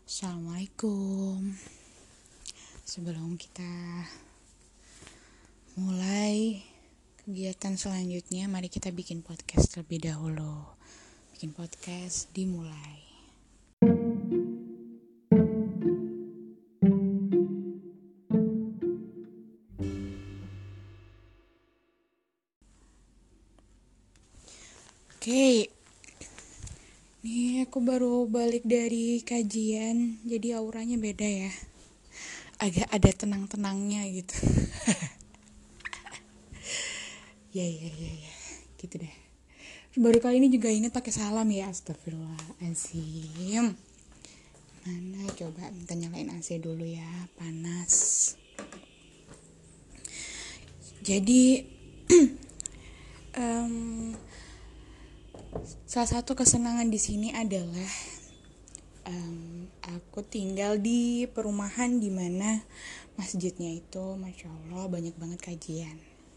Assalamualaikum. Sebelum kita mulai kegiatan selanjutnya, mari kita bikin podcast terlebih dahulu. Bikin podcast dimulai. Oke. Nih aku baru balik dari kajian, jadi auranya beda ya. Agak ada tenang-tenangnya gitu. Ya. Gitu deh. Baru kali ini juga ingat pakai salam ya, astagfirullahaladzim. Mana coba minta nyalain AC dulu ya, panas. Jadi salah satu kesenangan di sini adalah aku tinggal di perumahan di mana masjidnya itu, masya Allah, banyak banget kajian.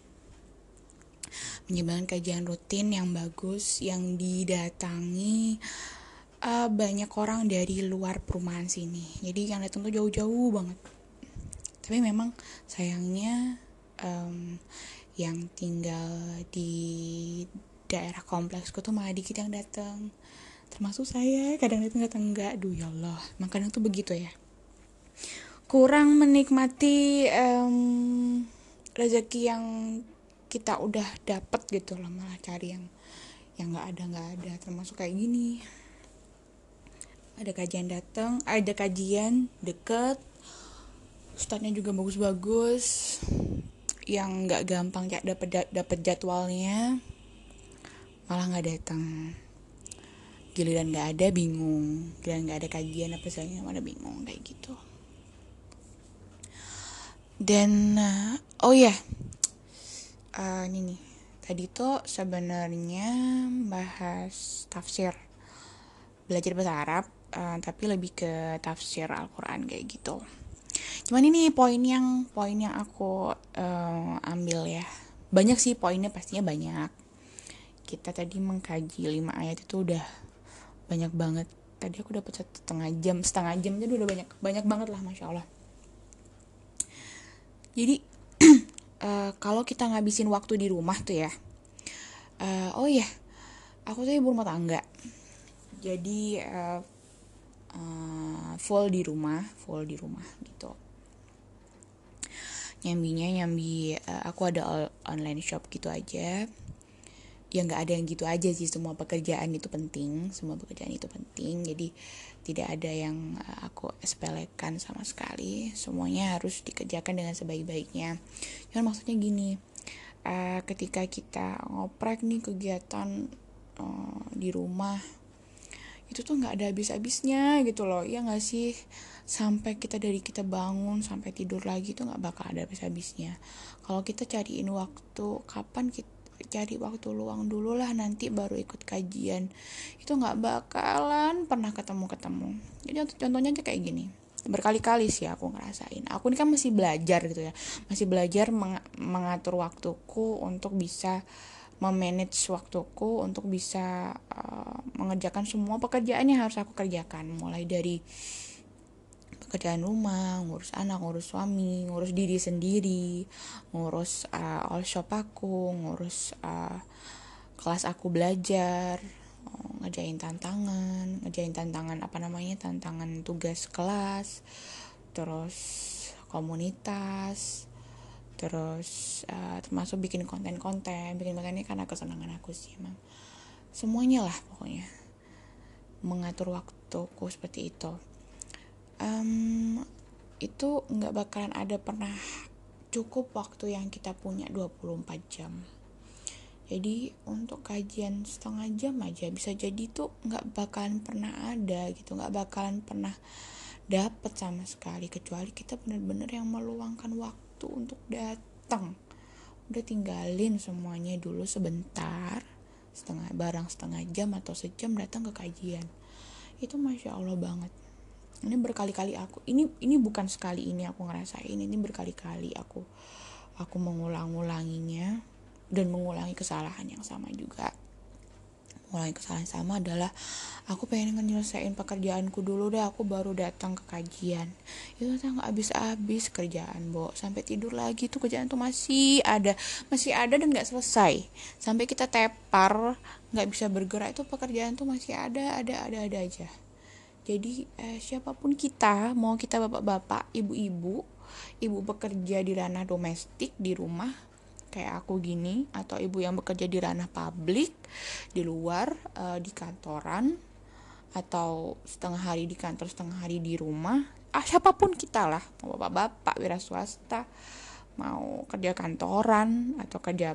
Banyak banget kajian rutin yang bagus, yang didatangi banyak orang dari luar perumahan sini. Jadi yang datang tuh jauh-jauh banget. Tapi memang sayangnya yang tinggal di daerah kompleksku tuh malah dikit yang datang. Termasuk saya, kadang datang enggak. Aduh ya Allah, makanya tuh begitu ya. Kurang menikmati rezeki yang kita udah dapet gitu loh, malah cari yang nggak ada. Termasuk kayak gini. Ada kajian datang, ada kajian deket, ustadznya juga bagus-bagus, yang nggak gampang ya dapet jadwalnya, malah nggak datang. Giliran nggak ada bingung, giliran nggak ada kajian apa misalnya mana bingung kayak gitu. Dan ini nih, tadi tuh sebenarnya bahas tafsir, belajar bahasa Arab, tapi lebih ke tafsir Al-Quran kayak gitu. Cuman ini poin yang aku ambil ya, banyak sih poinnya, pastinya banyak. Kita tadi mengkaji 5 ayat itu udah banyak banget. Tadi aku dapat setengah jam jadi udah banyak banget lah, masya Allah. Jadi kalau kita ngabisin waktu di rumah tuh ya, aku tuh ibu rumah tangga, jadi full di rumah gitu. Nyambi aku ada online shop gitu aja. Ya nggak ada yang gitu aja sih, semua pekerjaan itu penting, jadi tidak ada yang aku sepelekan sama sekali, semuanya harus dikerjakan dengan sebaik-baiknya. Cuman maksudnya gini, ketika kita ngoprek nih kegiatan di rumah, itu tuh nggak ada habis-habisnya gitu loh, ya nggak sih? Sampai kita bangun sampai tidur lagi tuh nggak bakal ada habis-habisnya. Kalau kita cariin waktu, kapan kita cari waktu luang dulu lah, nanti baru ikut kajian, itu nggak bakalan pernah ketemu. Jadi contohnya aja kayak gini, berkali-kali sih aku ngerasain. Aku ini kan masih belajar gitu ya, masih belajar mengatur waktuku untuk bisa memanage waktuku, untuk bisa mengerjakan semua pekerjaan yang harus aku kerjakan, mulai dari pekerjaan rumah, ngurus anak, ngurus suami, ngurus diri sendiri, ngurus all shop aku, ngurus kelas aku belajar, ngerjain tantangan tantangan tugas kelas, terus komunitas, terus termasuk bikin konten ini karena kesenangan aku sih emang. Semuanya lah pokoknya, mengatur waktuku seperti itu. Itu gak bakalan ada pernah cukup waktu yang kita punya 24 jam. Jadi untuk kajian setengah jam aja bisa jadi tuh gak bakalan pernah ada gitu, gak bakalan pernah dapet sama sekali, kecuali kita benar-benar yang meluangkan waktu untuk datang. Udah tinggalin semuanya dulu sebentar, setengah jam atau sejam datang ke kajian. Itu masya Allah banget. Ini berkali-kali ini bukan sekali ini aku ngerasain, ini berkali-kali aku mengulang-ulanginya dan mengulangi kesalahan yang sama juga. ngulangi kesalahan sama adalah aku pengen nyelesain pekerjaanku dulu deh, aku baru datang ke kajian. Itu tuh nggak habis-habis kerjaan, Bo. Sampai tidur lagi tuh kerjaan tuh masih ada dan nggak selesai. Sampai kita tepar, nggak bisa bergerak, itu pekerjaan tuh masih ada aja. Jadi siapapun kita, mau kita bapak-bapak, ibu-ibu, ibu bekerja di ranah domestik di rumah kayak aku gini, atau ibu yang bekerja di ranah publik di luar, di kantoran, atau setengah hari di kantor setengah hari di rumah, siapapun kita lah, mau bapak-bapak wira swasta, mau kerja kantoran atau kerja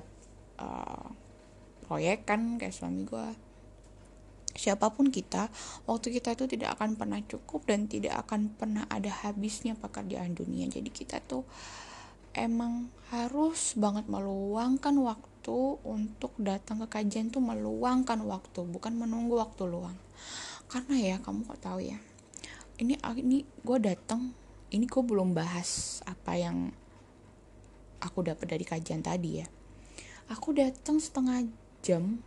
proyekan kayak suami gue, siapapun kita, waktu kita itu tidak akan pernah cukup dan tidak akan pernah ada habisnya pekerjaan dunia. Jadi kita tuh emang harus banget meluangkan waktu untuk datang ke kajian tuh, meluangkan waktu, bukan menunggu waktu luang. Karena ya kamu kok tahu ya, ini gue datang, ini gue belum bahas apa yang aku dapat dari kajian tadi ya. Aku datang setengah jam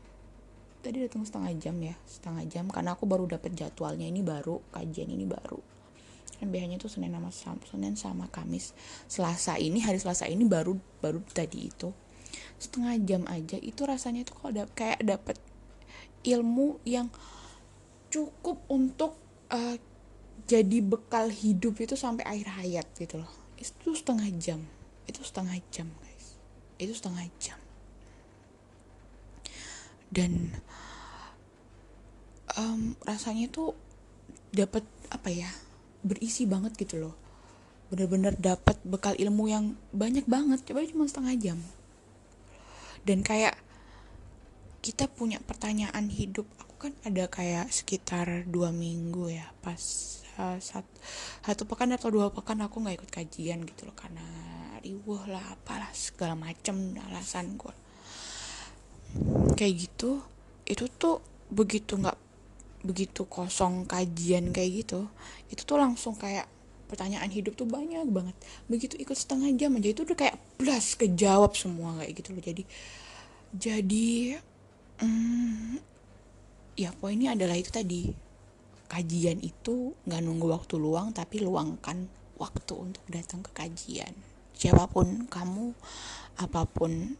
karena aku baru dapat jadwalnya, ini baru kajian ini baru kan, biasanya tuh Senin sama Kamis. Hari Selasa ini baru tadi itu setengah jam aja, itu rasanya tuh kayak dapet ilmu yang cukup untuk jadi bekal hidup itu sampai akhir hayat gitu loh. Itu setengah jam guys, itu setengah jam. Dan rasanya tuh dapat apa ya, berisi banget gitu loh, bener-bener dapat bekal ilmu yang banyak banget, coba cuma setengah jam. Dan kayak kita punya pertanyaan hidup. Aku kan ada kayak sekitar 2 minggu ya, pas satu pekan atau 2 pekan aku gak ikut kajian gitu loh, karena riwuh lah apalah segala macem alasan gue kayak gitu. Itu tuh begitu kosong kajian kayak gitu, itu tuh langsung kayak pertanyaan hidup tuh banyak banget. Begitu ikut setengah jam aja itu udah kayak blas kejawab semua kayak gitu loh. Jadi ya poinnya adalah itu tadi, kajian itu nggak nunggu waktu luang, tapi luangkan waktu untuk datang ke kajian. Siapapun kamu, apapun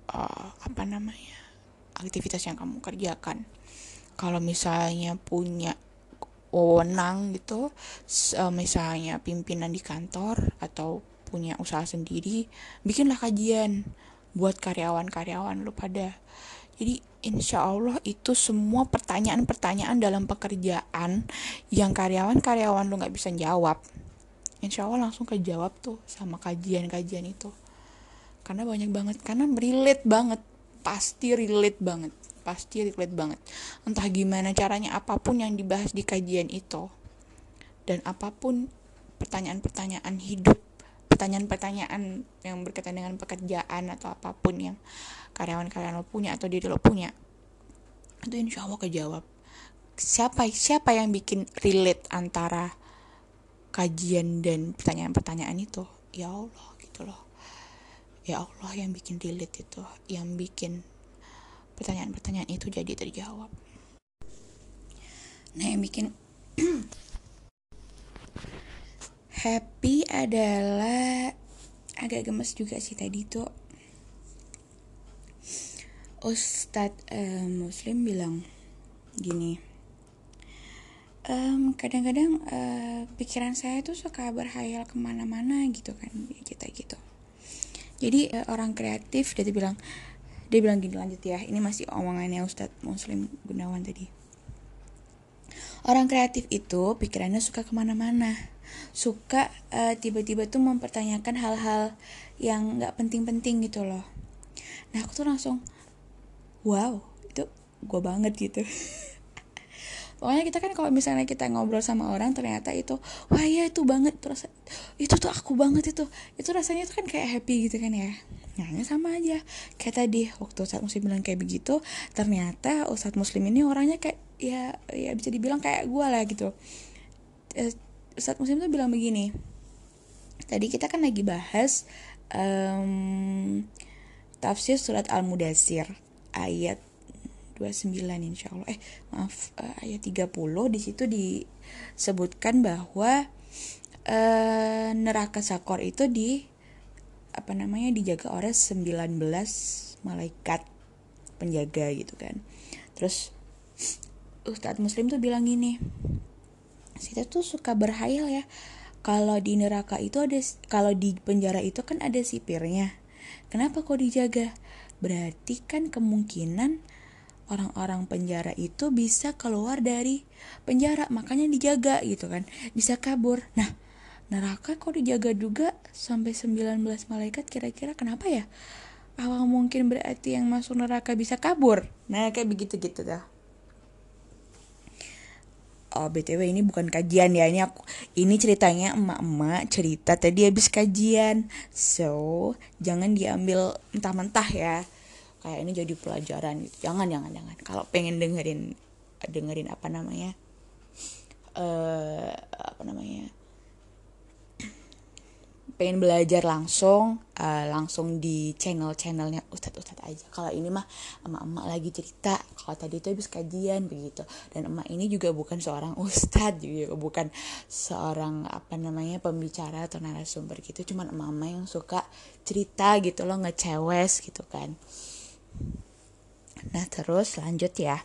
aktivitas yang kamu kerjakan, kalau misalnya punya wewenang gitu, misalnya pimpinan di kantor atau punya usaha sendiri, bikinlah kajian buat karyawan-karyawan lu pada. Jadi insya Allah itu semua pertanyaan-pertanyaan dalam pekerjaan yang karyawan-karyawan lu gak bisa jawab, insya Allah langsung kejawab tuh sama kajian-kajian itu. Karena banyak banget, karena pasti relate banget. Entah gimana caranya, apapun yang dibahas di kajian itu, dan apapun pertanyaan-pertanyaan hidup, pertanyaan-pertanyaan yang berkaitan dengan pekerjaan atau apapun yang karyawan-karyawan lo punya atau diri lo punya, itu insya Allah kejawab. Siapa yang bikin relate antara kajian dan pertanyaan-pertanyaan itu? Ya Allah gitu loh. Ya Allah yang bikin relate itu, yang bikin pertanyaan-pertanyaan itu jadi terjawab. Nah, yang bikin happy adalah, agak gemes juga sih tadi tuh, Ustadz Muslim bilang gini, kadang-kadang pikiran saya tuh suka berhayal kemana-mana gitu kan, kita gitu. Jadi orang kreatif, dia bilang gini, lanjut ya, ini masih omongannya Ustadz Muslim Gunawan tadi. Orang kreatif itu pikirannya suka kemana-mana, suka tiba-tiba tuh mempertanyakan hal-hal yang gak penting-penting gitu loh. Nah aku tuh langsung wow, itu gue banget gitu. Pokoknya kita kan kalau misalnya kita ngobrol sama orang ternyata itu, wah ya itu banget, terus itu tuh aku banget, itu rasanya tuh kan kayak happy gitu kan ya. Nah ini sama aja kayak tadi waktu Ustadz Muslim bilang kayak begitu, ternyata Ustadz Muslim ini orangnya kayak ya bisa dibilang kayak gue lah gitu. Ustadz Muslim tuh bilang begini, tadi kita kan lagi bahas tafsir surat Al-Mudathir ayat 29 insya Allah ayat 30 di situ disebutkan bahwa neraka Sakor itu dijaga oleh 19 malaikat penjaga gitu kan. Terus Ustadz Muslim tuh bilang gini, kita tuh suka berhayal ya, kalau di neraka itu kalau di penjara itu kan ada sipirnya, kenapa kok dijaga? Berarti kan kemungkinan orang-orang penjara itu bisa keluar dari penjara, makanya dijaga gitu kan, bisa kabur. Nah, neraka kok dijaga juga sampai 19 malaikat, kira-kira kenapa ya? Awal mungkin berarti yang masuk neraka bisa kabur. Nah, kayak begitu gitu dah. Oh, BTW ini bukan kajian ya, ini ceritanya emak-emak cerita tadi habis kajian. So, jangan diambil mentah-mentah ya. Kayak ini jadi pelajaran gitu. Jangan. Kalau pengen dengerin pengen belajar langsung di channelnya Ustadz aja. Kalau ini mah emak-emak lagi cerita, kalau tadi itu habis kajian begitu. Dan emak ini juga bukan seorang ustadz, juga bukan seorang pembicara atau narasumber gitu, cuman emak-emak yang suka cerita gitu loh, ngecewes gitu kan. Nah, terus lanjut ya.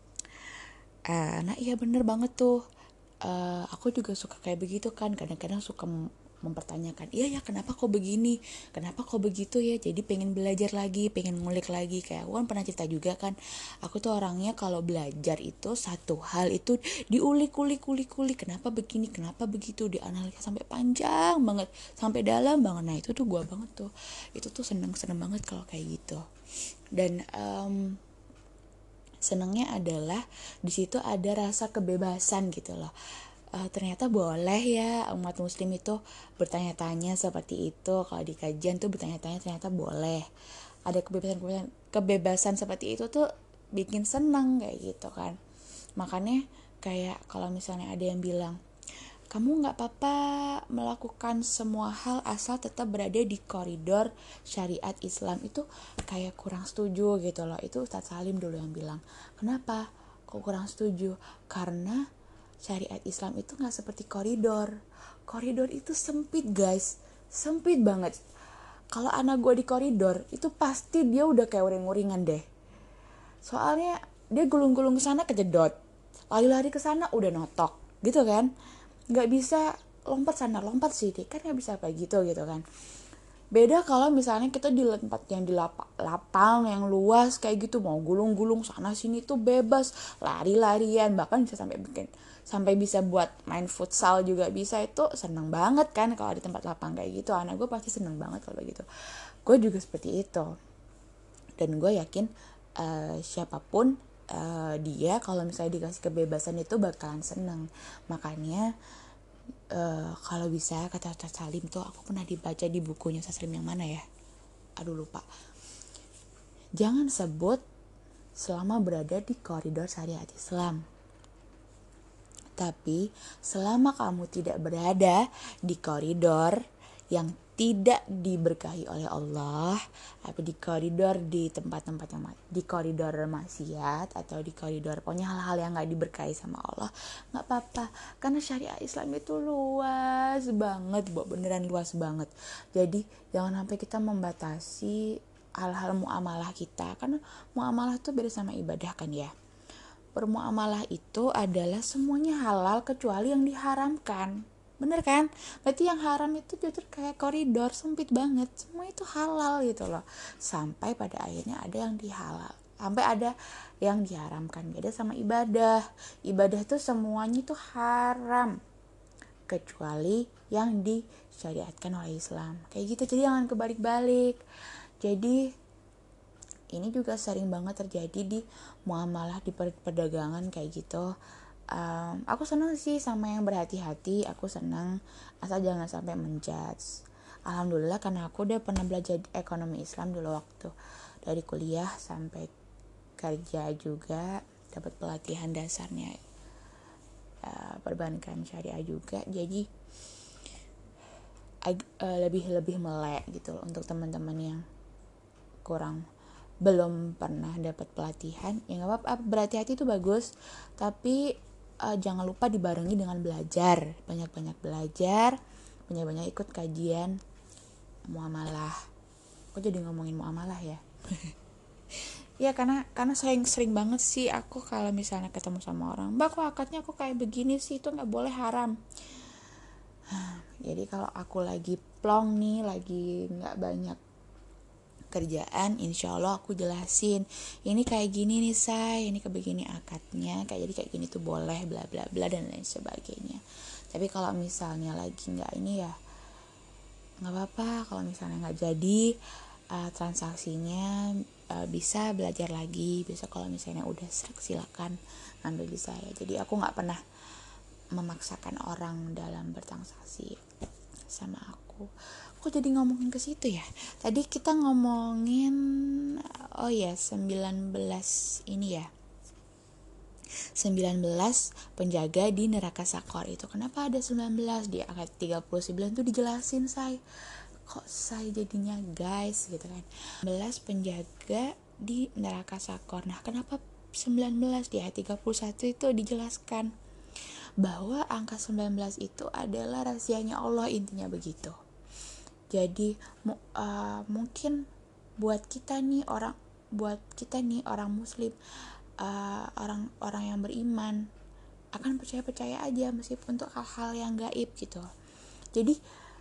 Nah iya bener banget tuh. Aku juga suka kayak begitu kan, kadang-kadang suka mempertanyakan, iya ya kenapa kok begini, kenapa kok begitu ya, jadi pengen belajar lagi, pengen ngulik lagi. Kayak aku kan pernah cerita juga kan, aku tuh orangnya kalau belajar itu satu hal itu diulik, kenapa begini, kenapa begitu, dianalisa sampai panjang banget, sampai dalam banget. Nah itu tuh gue banget tuh, itu tuh seneng banget kalau kayak gitu. Dan senengnya adalah di situ ada rasa kebebasan gitu loh. Ternyata boleh ya umat muslim itu bertanya-tanya seperti itu. Kalau di kajian tuh bertanya-tanya ternyata boleh. Ada kebebasan seperti itu tuh bikin senang kayak gitu kan. Makanya kayak kalau misalnya ada yang bilang, kamu gak apa-apa melakukan semua hal asal tetap berada di koridor syariat Islam, itu kayak kurang setuju gitu loh. Itu Ustadz Salim dulu yang bilang. Kenapa kok kurang setuju? Karena syariat Islam itu gak seperti koridor. Koridor itu sempit guys, sempit banget. Kalau anak gue di koridor itu pasti dia udah kayak uring-uringan deh. Soalnya dia gulung-gulung ke sana kejedot, lari-lari ke sana udah notok gitu kan. Gak bisa lompat sana lompat sini kan, gak bisa kayak gitu kan. Beda kalau misalnya kita di tempat yang di lapang yang luas kayak gitu, mau gulung-gulung sana sini tuh bebas, lari-larian, bahkan bisa sampai bisa buat main futsal juga bisa. Itu seneng banget kan kalau di tempat lapang kayak gitu. Anak gue pasti seneng banget kalau gitu. Gue juga seperti itu. Dan gue yakin siapapun dia kalau misalnya dikasih kebebasan itu bakalan seneng. Makanya kalau bisa, kata Ustadz Salim tuh, aku pernah dibaca di bukunya Ustadz Salim yang mana ya, aduh lupa, jangan sebut selama berada di koridor syariat Islam, tapi selama kamu tidak berada di koridor yang tidak diberkahi oleh Allah, apa di koridor di tempat-tempat yang di koridor maksiat atau di koridor pokoknya hal-hal yang nggak diberkahi sama Allah, nggak apa-apa, karena syariat Islam itu luas banget, beneran luas banget. Jadi jangan sampai kita membatasi hal-hal muamalah kita, karena muamalah tuh beda sama ibadah kan ya. Bermuamalah itu adalah semuanya halal kecuali yang diharamkan. Bener kan? Berarti yang haram itu justru kayak koridor sempit banget. Semua itu halal gitu loh. Sampai pada akhirnya ada yang dihalal, sampai ada yang diharamkan. Beda sama ibadah. Ibadah itu semuanya itu haram kecuali yang disyariatkan oleh Islam. Kayak gitu. Jadi jangan kebalik-balik. Jadi ini juga sering banget terjadi di muamalah, di perdagangan kayak gitu. Aku senang sih sama yang berhati-hati, aku senang, asal jangan sampai menjudge. Alhamdulillah karena aku udah pernah belajar ekonomi Islam dulu waktu dari kuliah sampai kerja juga, dapat pelatihan dasarnya perbankan syariah juga. Jadi lebih melek gitu loh untuk teman-teman yang kurang belum pernah dapat pelatihan, ya nggak apa-apa, berhati-hati itu bagus, tapi jangan lupa dibarengi dengan belajar, banyak-banyak belajar, banyak-banyak ikut kajian muamalah. Kok jadi ngomongin muamalah ya? Ya karena sering banget sih aku kalau misalnya ketemu sama orang, mbak kok akadnya aku kayak begini sih, itu nggak boleh, haram. Jadi kalau aku lagi plong nih, lagi nggak banyak kerjaan, insya Allah aku jelasin, ini kayak gini nih say, ini kayak begini akadnya, kayak jadi kayak gini tuh boleh, bla bla bla dan lain sebagainya. Tapi kalau misalnya lagi nggak ini ya nggak apa-apa, kalau misalnya nggak jadi transaksinya, bisa belajar lagi, bisa kalau misalnya udah serak silakan ambil di saya. Jadi aku nggak pernah memaksakan orang dalam bertransaksi sama aku. Kok jadi ngomongin ke situ ya? Tadi kita ngomongin 19 ini ya. 19 penjaga di neraka Sakor itu. Kenapa ada 19? Di ayat 39 tuh dijelasin, say. Kok saya jadinya guys gitu kan. 19 penjaga di neraka Sakor. Nah, kenapa 19? Di ayat 31 itu dijelaskan bahwa angka 19 itu adalah rahasianya Allah, intinya begitu. Jadi mungkin buat kita nih orang muslim, orang yang beriman akan percaya aja meskipun untuk hal-hal yang gaib gitu. Jadi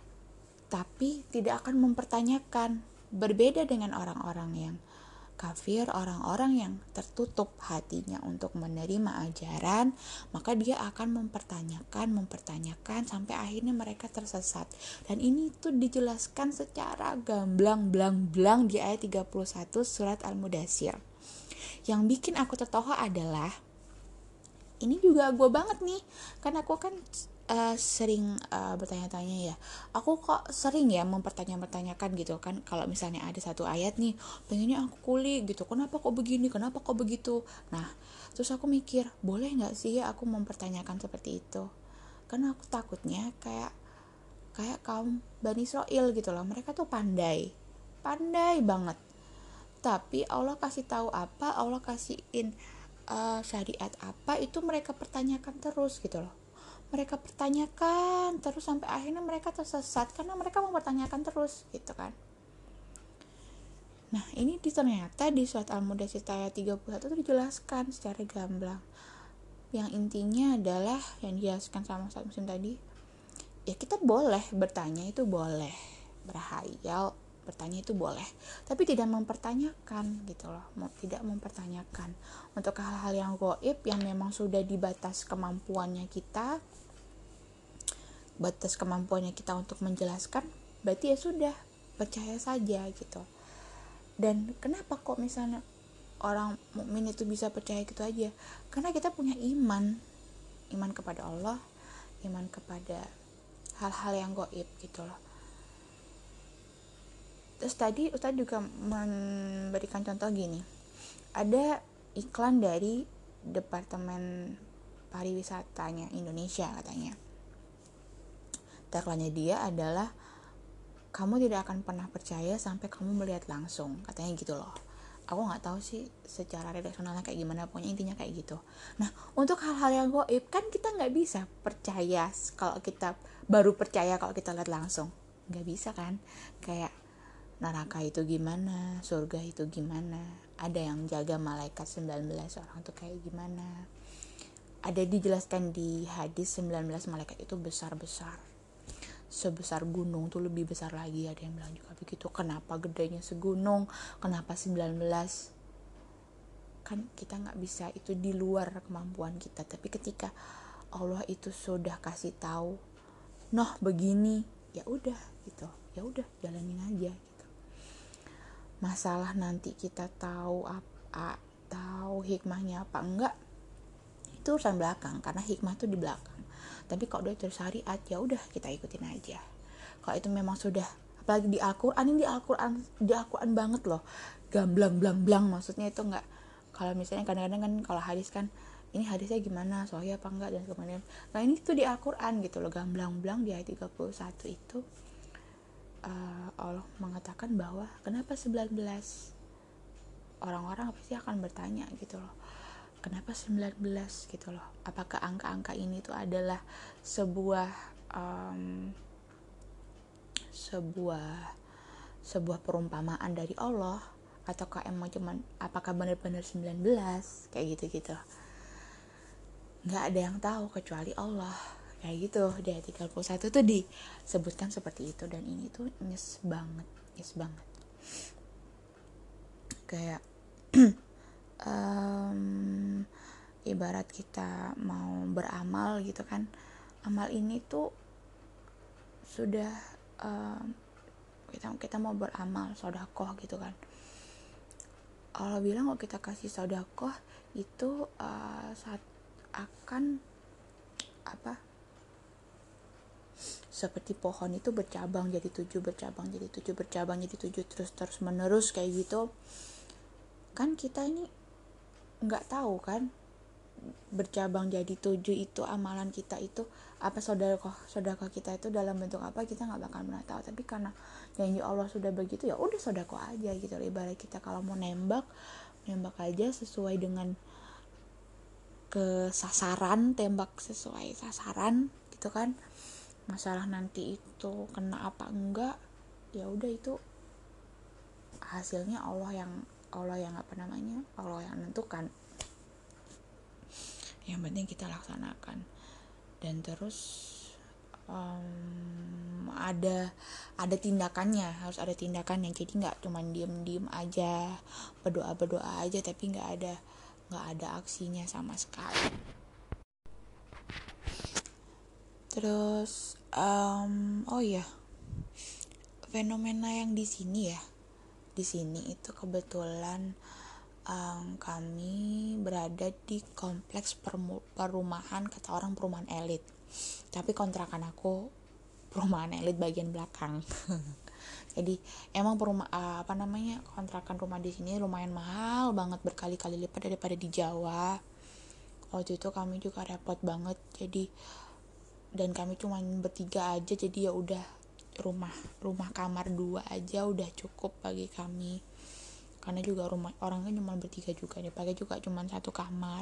tapi tidak akan mempertanyakan, berbeda dengan orang-orang yang kafir, orang-orang yang tertutup hatinya untuk menerima ajaran, maka dia akan mempertanyakan sampai akhirnya mereka tersesat. Dan ini tuh dijelaskan secara gamblang blang di ayat 31 surat Al-Mudaththir. Yang bikin aku tertohok adalah, ini juga gue banget nih, karena aku kan sering bertanya-tanya ya, aku kok sering ya mempertanyakan gitu kan, kalau misalnya ada satu ayat nih pengennya aku kulik gitu, kenapa kok begini, kenapa kok begitu. Nah terus aku mikir, boleh nggak sih aku mempertanyakan seperti itu, karena aku takutnya kayak kaum Bani Israel gitu loh, mereka tuh pandai banget, tapi Allah kasih tahu apa, Allah kasihin syariat apa, itu mereka pertanyakan terus gitu loh. Mereka pertanyakan terus sampai akhirnya mereka tersesat karena mereka mempertanyakan terus gitu kan. Nah ini ternyata di surat Al-Mudaththir ayat 31 itu dijelaskan secara gamblang. Yang intinya adalah yang dijelaskan sama Ustaz Muslim tadi, ya kita boleh bertanya, itu boleh, berhayal bertanya itu boleh, tapi tidak mempertanyakan gitu loh, tidak mempertanyakan untuk hal-hal yang gaib yang memang sudah dibatas kemampuannya kita, untuk menjelaskan, berarti ya sudah, percaya saja gitu. Dan kenapa kok misalnya orang mukmin itu bisa percaya gitu aja? Karena kita punya iman kepada Allah, iman kepada hal-hal yang gaib gitu loh. Terus tadi Ustadz juga memberikan contoh gini, ada iklan dari Departemen Pariwisatanya Indonesia katanya. Tagline dia adalah, kamu tidak akan pernah percaya sampai kamu melihat langsung, katanya gitu loh. Aku nggak tahu sih secara redaksionalnya kayak gimana, pokoknya intinya kayak gitu. Nah untuk hal-hal yang gaib kan kita nggak bisa percaya kalau kita baru percaya kalau kita lihat langsung, nggak bisa kan. Kayak neraka itu gimana, surga itu gimana, ada yang jaga malaikat 19 orang tuh kayak gimana, ada dijelaskan di hadis 19 malaikat itu besar-besar, sebesar gunung tuh, lebih besar lagi, ada yang bilang juga begitu. Kenapa gedenya segunung, kenapa 19? Kan kita gak bisa, itu di luar kemampuan kita. Tapi ketika Allah itu sudah kasih tahu, noh begini, ya udah gitu, ya udah jalanin aja gitu. Masalah nanti kita tahu hikmahnya apa enggak, itu urusan belakang, karena hikmah itu di belakang. Tapi kalau udah syariat, ya udah kita ikutin aja. Kalau itu memang sudah, apalagi di Al-Quran, ini di Al-Quran banget loh, gamblang blang, maksudnya itu enggak. Kalau misalnya kadang-kadang kan kalau hadis kan, ini hadisnya gimana, sahih apa enggak, dan kemudian, nah ini tuh di Al-Quran gitu loh, gamblang blang di ayat 31 itu Allah mengatakan bahwa kenapa 19? orang-orang pasti akan bertanya gitu loh, kenapa 19 gitu loh, apakah angka-angka ini tuh adalah sebuah sebuah perumpamaan dari Allah, ataukah emang cuman apakah benar-benar 19 kayak gitu-gitu. Nggak ada yang tahu kecuali Allah, kayak gitu. Di ayat 31 tuh disebutkan seperti itu, dan ini tuh nyes banget kayak ibarat kita mau beramal gitu kan, amal ini tuh sudah kita mau beramal sedekah gitu kan, Allah bilang kalau kita kasih sedekah itu saat akan seperti pohon itu bercabang jadi 7, bercabang jadi 7, bercabang jadi 7, terus menerus kayak gitu kan. Kita ini nggak tahu kan bercabang jadi 7 itu amalan kita itu apa, sedekah kita itu dalam bentuk apa, kita nggak bakal pernah tahu. Tapi karena janji Allah sudah begitu, ya udah sedekah aja gitu. Ibarat kita kalau mau nembak aja sesuai dengan kesasaran, tembak sesuai sasaran gitu kan. Masalah nanti itu kena apa enggak, ya udah itu hasilnya Allah yang menentukan. Yang penting kita laksanakan. Dan terus ada tindakannya, harus ada tindakannya. Jadi nggak cuma diem aja, berdoa aja, tapi nggak ada aksinya sama sekali. Terus fenomena yang di sini itu kebetulan kami berada di kompleks perumahan, kata orang perumahan elit, tapi kontrakan aku perumahan elit bagian belakang. Jadi emang kontrakan rumah di sini lumayan mahal banget, berkali-kali lipat daripada di Jawa. Waktu itu kami juga repot banget, dan kami cuma bertiga aja, jadi ya udah rumah kamar 2 aja udah cukup bagi kami, karena juga rumah orangnya cuma bertiga juga, dipakai juga cuma 1 kamar.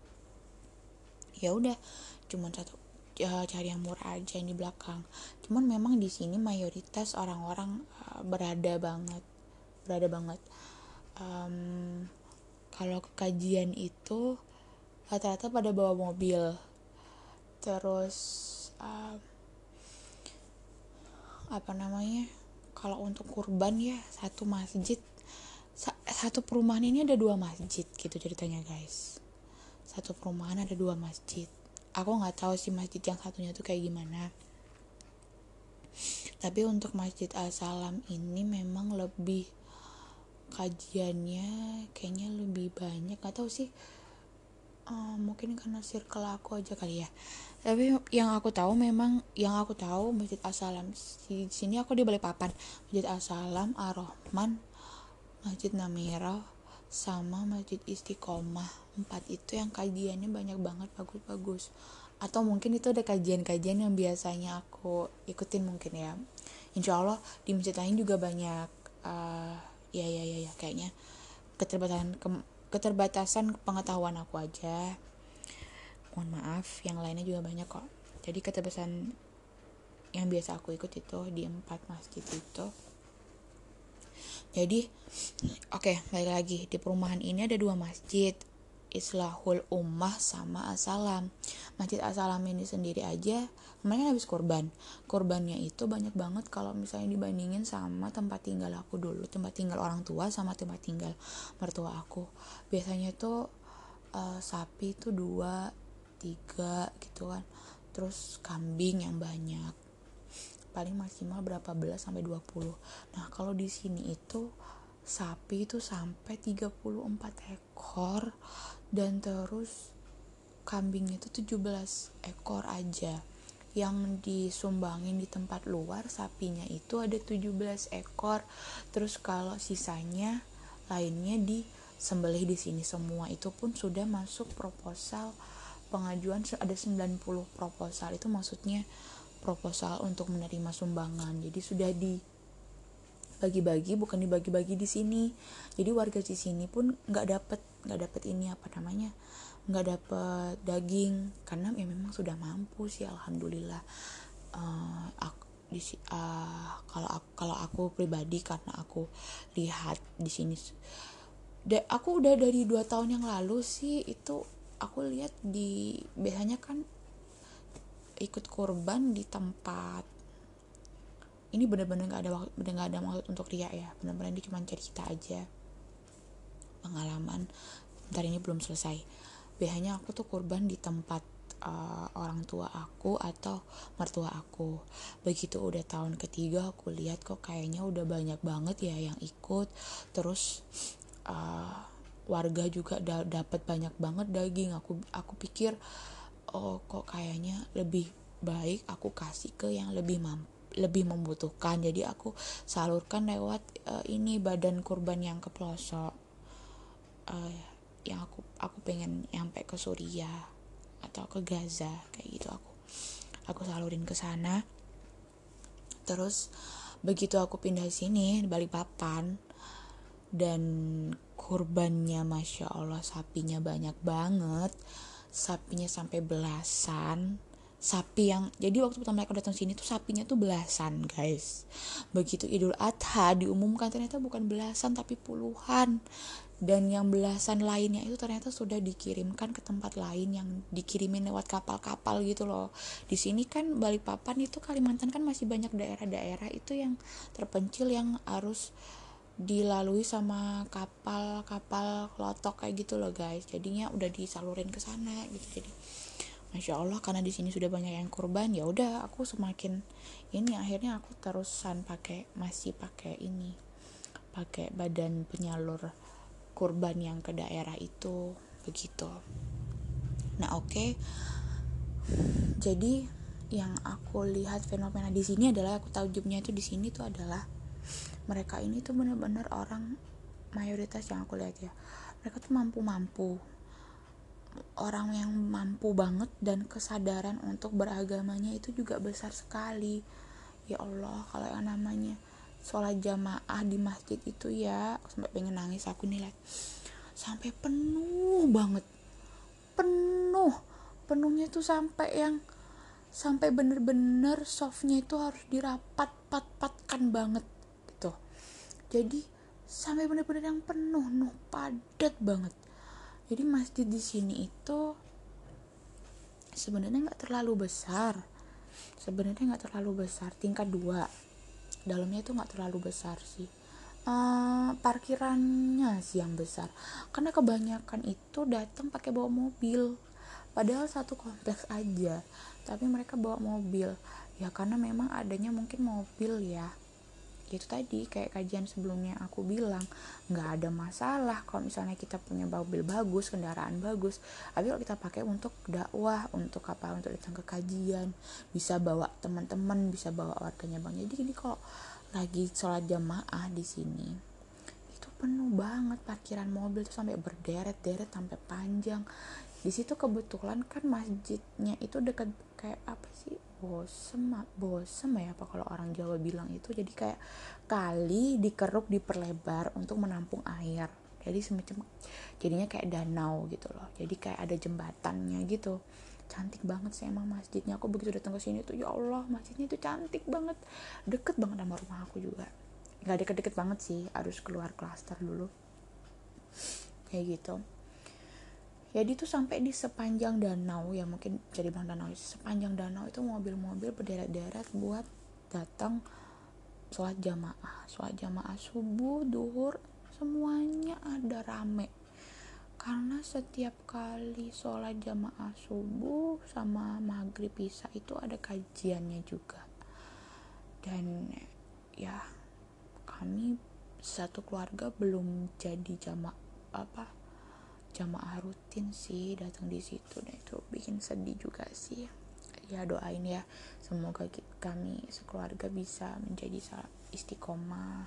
Ya udah cuma cari yang murah aja yang di belakang. Cuman memang di sini mayoritas orang-orang berada banget. Kalau ke kajian itu rata-rata pada bawa mobil. Terus kalau untuk kurban ya, satu perumahan ini ada 2 masjid gitu ceritanya guys. Satu perumahan ada 2 masjid. Aku nggak tahu sih masjid yang satunya tuh kayak gimana. Tapi untuk Masjid As-Salam ini memang lebih kajiannya kayaknya lebih banyak. Nggak tahu sih. Mungkin karena circle aku aja kali ya. Tapi yang aku tahu Masjid As-Salam di sini, aku di Balikpapan. Masjid As-Salam, Ar-Rahman, Masjid Namirah, sama Masjid Istiqomah. 4 itu yang kajiannya banyak banget, bagus-bagus. Atau mungkin itu ada kajian-kajian yang biasanya aku ikutin mungkin ya. Insya Allah di masjid lain juga banyak. Ya kayaknya keterbatasan pengetahuan aku aja, mohon maaf. Yang lainnya juga banyak kok. Jadi keterbatasan yang biasa aku ikut itu di 4 masjid itu. Jadi balik lagi, di perumahan ini ada 2 masjid, Islahul Ummah sama As-Salam. Masjid As-Salam ini sendiri aja kemarin habis kurbannya itu banyak banget kalau misalnya dibandingin sama tempat tinggal aku dulu, tempat tinggal orang tua sama tempat tinggal mertua aku. Biasanya tuh sapi itu 2, 3 gitu kan, terus kambing yang banyak paling maksimal berapa belas sampai 20. Nah kalau di sini itu sapi itu sampai 34 ekor, dan terus kambingnya itu 17 ekor aja. Yang disumbangin di tempat luar sapinya itu ada 17 ekor. Terus kalau sisanya lainnya disembelih di sini semua. Itu pun sudah masuk proposal pengajuan, ada 90 proposal. Itu maksudnya proposal untuk menerima sumbangan. Jadi sudah bagi-bagi, bukan dibagi-bagi di sini. Jadi warga di sini pun nggak dapet ini apa namanya, nggak dapet daging karena ya memang sudah mampu sih, alhamdulillah. Kalau aku pribadi, karena aku lihat di sini, aku udah dari 2 tahun yang lalu sih itu aku lihat biasanya kan ikut kurban di tempat ini, benar-benar nggak ada maksud untuk riak ya, benar-benar ini cuma cerita aja pengalaman. Bentar, ini belum selesai. Biasanya aku tuh kurban di tempat orang tua aku atau mertua aku. Begitu udah tahun ketiga aku lihat kok kayaknya udah banyak banget ya yang ikut, terus warga juga dapat banyak banget daging. Aku pikir, oh kok kayaknya lebih baik aku kasih ke yang lebih membutuhkan. Jadi aku salurkan lewat ini badan kurban yang ke pelosok, yang aku pengen nyampe ke Suriah atau ke Gaza kayak gitu, aku salurin ke sana. Terus begitu aku pindah sini di Balikpapan, dan kurbannya masya Allah, sapinya banyak banget, sapinya sampai belasan sapi. Yang jadi waktu pertama aku datang sini tuh sapinya tuh belasan guys. Begitu Idul Adha diumumkan ternyata bukan belasan tapi puluhan, dan yang belasan lainnya itu ternyata sudah dikirimkan ke tempat lain, yang dikirimin lewat kapal-kapal gitu loh. Di sini kan Balikpapan itu, Kalimantan kan masih banyak daerah-daerah itu yang terpencil yang harus dilalui sama kapal-kapal klotok kayak gitu loh guys. Jadinya udah disalurin ke sana gitu. Jadi masya Allah, karena di sini sudah banyak yang kurban, ya udah aku semakin ini, akhirnya aku terusan masih pakai badan penyalur kurban yang ke daerah itu begitu. Nah oke. Jadi yang aku lihat fenomena di sini adalah, aku takjubnya itu di sini tuh adalah mereka ini tuh benar-benar orang, mayoritas yang aku lihat ya, mereka tuh mampu orang yang mampu banget, dan kesadaran untuk beragamanya itu juga besar sekali. Ya Allah, kalau yang namanya sholat jamaah di masjid itu ya, sampai pengen nangis aku nih lihat, sampai penuh banget, penuhnya tuh sampai bener-bener softnya itu harus dirapat-patkan banget gitu. Jadi sampai bener-bener yang penuh padat banget. Jadi masjid di sini itu sebenarnya nggak terlalu besar, tingkat 2, dalamnya itu nggak terlalu besar sih. Parkirannya sih yang besar, karena kebanyakan itu datang pakai bawa mobil, padahal satu kompleks aja tapi mereka bawa mobil ya, karena memang adanya mungkin mobil ya. Itu tadi kayak kajian sebelumnya aku bilang, nggak ada masalah kalau misalnya kita punya mobil bagus, kendaraan bagus, tapi kalau kita pakai untuk dakwah, untuk datang ke kajian, bisa bawa teman-teman, bisa bawa warganya bang. Jadi ini kalau lagi sholat jamaah di sini itu penuh banget, parkiran mobil tuh sampai berderet-deret sampai panjang. Di situ kebetulan kan masjidnya itu dekat kayak apa sih, bosem ya apa kalau orang Jawa bilang itu, jadi kayak kali dikeruk, diperlebar untuk menampung air, jadi semacam jadinya kayak danau gitu loh, jadi kayak ada jembatannya gitu. Cantik banget sih emang masjidnya. Aku begitu datang ke sini tuh ya Allah, masjidnya itu cantik banget, deket banget sama rumah aku juga, nggak deket-deket banget sih, harus keluar klaster dulu kayak gitu. Jadi tuh sampai di sepanjang danau, ya mungkin jadi bilang danau, sepanjang danau itu mobil-mobil berderet-deret buat datang sholat jamaah subuh, duhur, semuanya ada rame. Karena setiap kali sholat jamaah subuh sama maghrib isya itu ada kajiannya juga. Dan ya kami satu keluarga belum jadi jamaah rutin sih datang di situ, dan itu bikin sedih juga sih. Ya doain ya, semoga kami sekeluarga bisa menjadi istiqomah,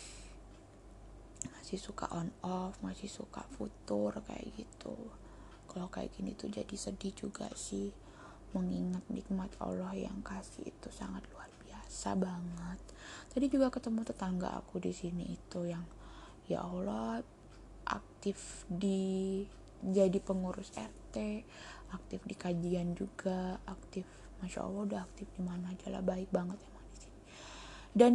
masih suka on off, masih suka futur kayak gitu. Kalau kayak gini tuh jadi sedih juga sih, mengingat nikmat Allah yang kasih itu sangat luar biasa. berasa banget. Tadi juga ketemu tetangga aku di sini itu yang ya Allah aktif di jadi pengurus RT, aktif di kajian juga, aktif, masya Allah udah aktif di mana aja lah, baik banget emang di sini. Dan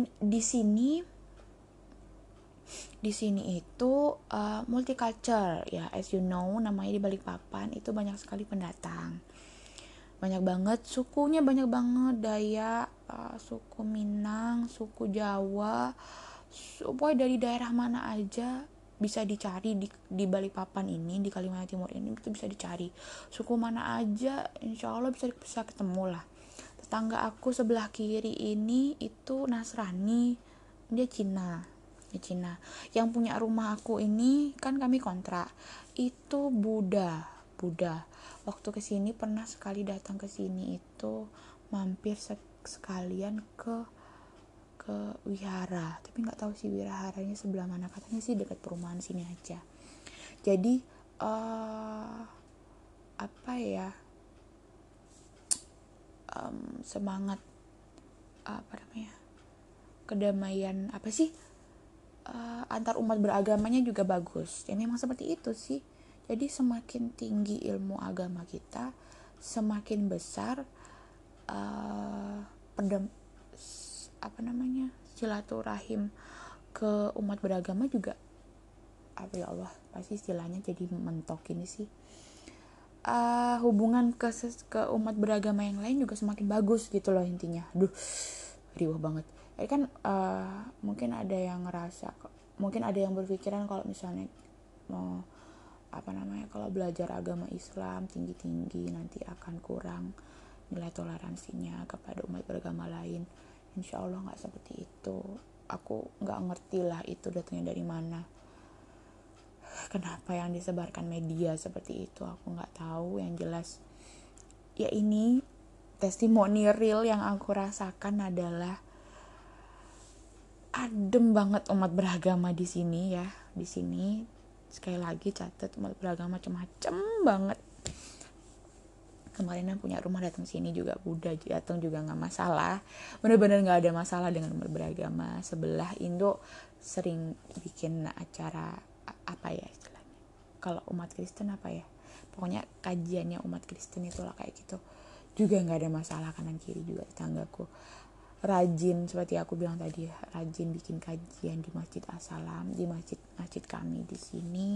di sini itu multicultural ya, as you know, namanya di Balikpapan itu banyak sekali pendatang, banyak banget sukunya, banyak banget Dayak, suku Minang, suku Jawa, pokoknya dari daerah mana aja bisa dicari di Balikpapan ini, di Kalimantan Timur ini itu bisa dicari suku mana aja, insya Allah bisa ketemu lah. Tetangga aku sebelah kiri ini itu Nasrani, dia Cina. Yang punya rumah aku ini kan kami kontrak itu Buddha. Waktu kesini pernah sekali datang ke sini itu mampir sekalian ke wihara, tapi nggak tahu sih wiraharanya sebelah mana, katanya sih dekat perumahan sini aja. Jadi apa ya, semangat apa namanya, kedamaian apa sih, antar umat beragamanya juga bagus. Ya memang seperti itu sih. Jadi semakin tinggi ilmu agama kita, semakin besar silaturahim ke umat beragama juga. Apa ya Allah, pasti istilahnya jadi mentok ini sih. Hubungan ke umat beragama yang lain juga semakin bagus gitu loh intinya. Riuh banget. Kan mungkin ada yang ngerasa, mungkin ada yang berpikiran kalau misalnya mau kalau belajar agama Islam tinggi-tinggi nanti akan kurang nilai toleransinya kepada umat beragama lain. Insya Allah nggak seperti itu. Aku nggak ngerti lah itu datangnya dari mana, kenapa yang disebarkan media seperti itu, aku nggak tahu. Yang jelas ya ini testimoni real yang aku rasakan adalah adem banget umat beragama di sini ya. Di sini sekali lagi catat, umat beragama macam-macam banget. Kemarin yang punya rumah datang sini juga Buddha datang juga nggak masalah, benar-benar nggak ada masalah dengan umat beragama. Sebelah Indo sering bikin acara apa ya istilahnya, kalau umat Kristen apa ya, pokoknya kajiannya umat Kristen itulah kayak gitu, juga nggak ada masalah. Kanan kiri juga tetanggaku rajin, seperti aku bilang tadi, rajin bikin kajian di Masjid As-Salam, di masjid kami di sini.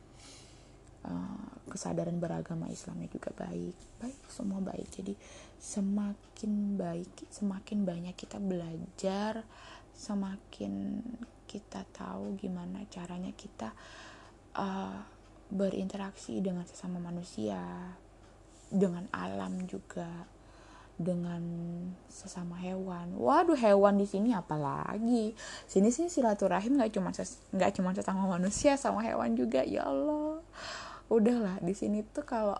Kesadaran beragama Islamnya juga baik, semua baik. Jadi semakin baik, semakin banyak kita belajar, semakin kita tahu gimana caranya kita berinteraksi dengan sesama manusia, dengan alam juga, dengan sesama hewan. Waduh, hewan di sini apalagi. Sini sih silaturahim nggak cuma sesama manusia, sama hewan juga. Ya Allah, udahlah di sini tuh kalau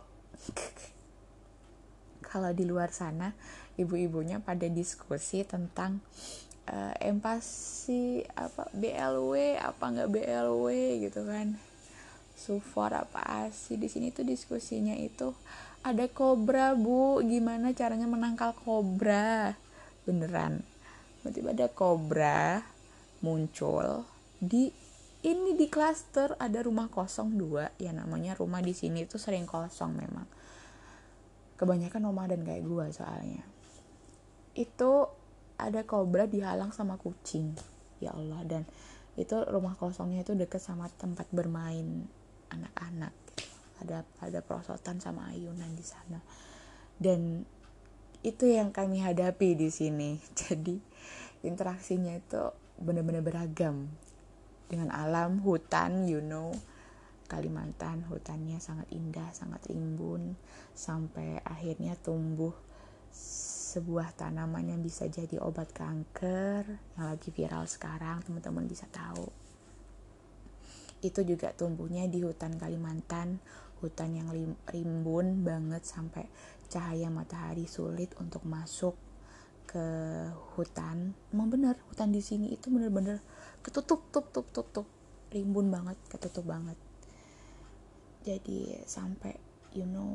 di luar sana ibu-ibunya pada diskusi tentang empati apa BLW apa nggak BLW gitu kan, sufor apa ASI. Di sini tuh diskusinya itu ada kobra bu, gimana caranya menangkal kobra, beneran tiba-tiba ada kobra muncul di klaster. Ada rumah kosong 2 ya, namanya rumah di sini tuh sering kosong memang, kebanyakan nomaden kayak gua soalnya. Itu ada kobra dihalang sama kucing, ya Allah. Dan itu rumah kosongnya itu deket sama tempat bermain anak-anak gitu. Ada perosotan sama ayunan di sana, dan itu yang kami hadapi di sini. Jadi interaksinya itu benar-benar beragam dengan alam, hutan, Kalimantan hutannya sangat indah, sangat rimbun, sampai akhirnya tumbuh sebuah tanaman yang bisa jadi obat kanker yang lagi viral sekarang, teman-teman bisa tahu. Itu juga tumbuhnya di hutan Kalimantan, hutan yang rimbun banget sampai cahaya matahari sulit untuk masuk ke hutan. Emang bener, hutan di sini itu bener-bener ketutup, rimbun banget, ketutup banget. Jadi sampai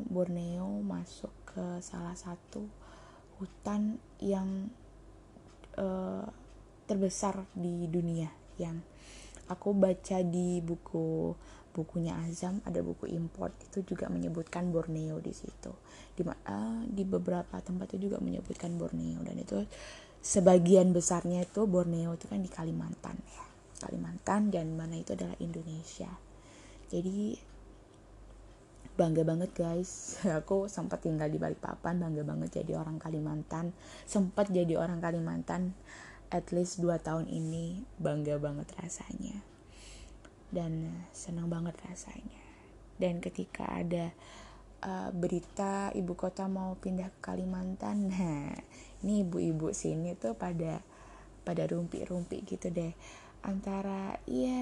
Borneo masuk ke salah satu hutan yang terbesar di dunia yang aku baca di bukunya Azam, ada buku import itu juga menyebutkan Borneo di situ. Di beberapa tempat itu juga menyebutkan Borneo, dan itu sebagian besarnya itu Borneo itu kan di Kalimantan ya. Kalimantan, dan mana itu adalah Indonesia. Jadi bangga banget guys. Aku sempat tinggal di Balikpapan, bangga banget jadi orang Kalimantan. Sempat jadi orang Kalimantan at least 2 tahun ini, bangga banget rasanya. Dan senang banget rasanya. Dan ketika ada berita ibu kota mau pindah ke Kalimantan, nah ini ibu-ibu sini tuh pada rumpi-rumpi gitu deh. Antara ya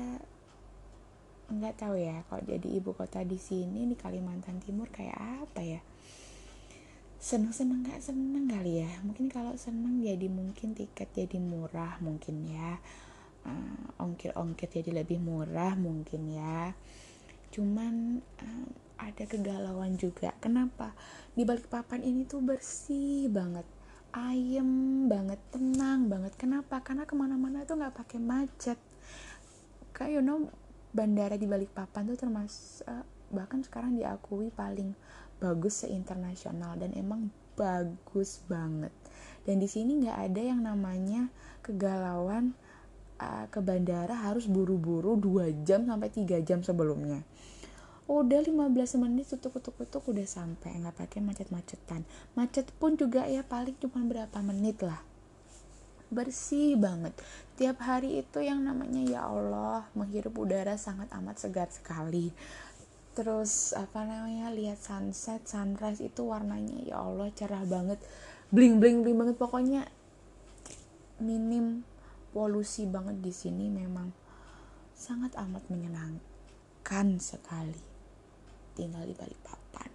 nggak tahu ya, kalau jadi ibu kota di sini di Kalimantan Timur kayak apa ya, seneng nggak seneng kali ya. Mungkin kalau seneng jadi mungkin tiket jadi murah mungkin ya, ongkir jadi lebih murah mungkin ya. Cuman ada kegalauan juga. Kenapa? Di Balikpapan ini tuh bersih banget, ayem banget, tenang banget. Kenapa? Karena kemana-mana tuh nggak pakai macet. Kayak bandara di Balikpapan tuh termasuk bahkan sekarang diakui paling bagus se-internasional, dan emang bagus banget. Dan di sini nggak ada yang namanya kegalauan ke bandara harus buru-buru 2 jam sampai 3 jam sebelumnya. Udah 15 menit tutuk udah sampai, nggak pakai macet-macetan. Macet pun juga ya paling cuma berapa menit lah. Bersih banget. Tiap hari itu yang namanya ya Allah, menghirup udara sangat amat segar sekali. Terus lihat sunset, sunrise itu warnanya ya Allah cerah banget, bling banget. Pokoknya minim polusi banget di sini. Memang sangat amat menyenangkan sekali tinggal di Balikpapan.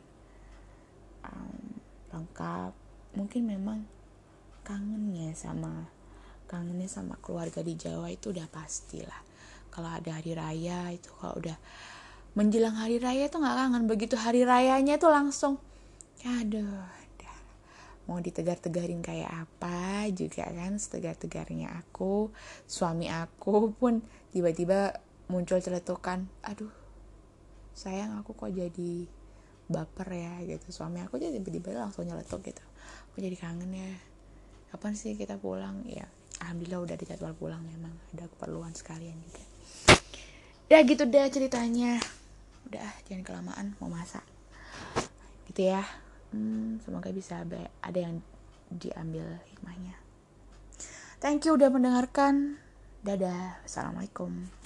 Lengkap. Mungkin memang kangennya sama keluarga di Jawa itu udah pastilah. Kalau ada hari raya itu, kalau udah menjelang hari raya itu nggak kangen. Begitu hari rayanya itu langsung aduh, mau ditegar-tegarin kayak apa juga kan, setegar-tegarnya aku. Suami aku pun tiba-tiba muncul celetukan, aduh sayang aku kok jadi baper ya gitu. Suami aku jadi tiba-tiba langsung nyeletuk gitu, aku jadi kangen ya, kapan sih kita pulang. Ya alhamdulillah udah ada jadwal pulang, memang ada keperluan sekalian juga. Udah gitu deh ceritanya, udah jangan kelamaan mau masak gitu ya. Semoga bisa ada yang diambil hikmahnya. Thank you udah mendengarkan. Dadah, assalamualaikum.